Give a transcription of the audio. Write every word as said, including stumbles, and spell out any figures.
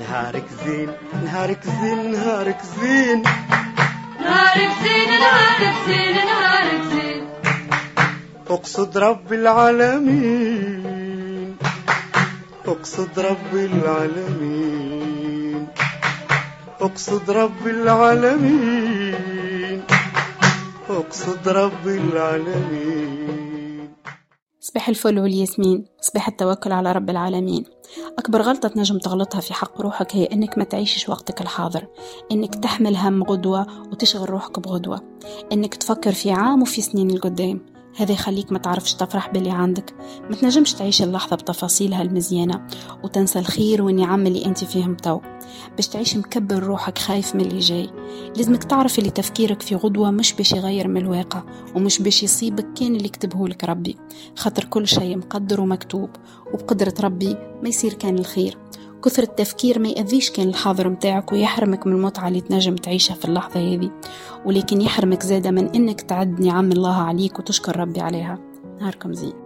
نهارك زين نهارك زين نهارك زين نهارك زين نهارك زين نهارك زين. اقصد رب العالمين اقصد رب العالمين اقصد رب العالمين اقصد رب العالمين. صباح الفل والياسمين، صباح التوكل على رب العالمين. أكبر غلطة تنجم تغلطها في حق روحك هي إنك ما تعيشش وقتك الحاضر، إنك تحمل هم غدوة وتشغل روحك بغدوة، إنك تفكر في عام وفي سنين القدام. هذا يخليك ما تعرفش تفرح باللي عندك، ما تنجمش تعيش اللحظة بتفاصيلها المزيانة وتنسى الخير والنعم اللي أنت فيهم تو. باش تعيش مكبر روحك خايف من اللي جاي، لازمك تعرف اللي تفكيرك في غدوة مش باش يغير من الواقع ومش باش يصيبك كان اللي كتبه لك ربي، خاطر كل شيء مقدر ومكتوب، وبقدرة ربي ما يصير كان الخير. كثر التفكير ما يأذيش كان الحاضر متاعك ويحرمك من المتعة اللي تنجم تعيشها في اللحظة هذه، ولكن يحرمك زادة من إنك تعد نعم الله عليك وتشكر ربي عليها. نهاركم زين.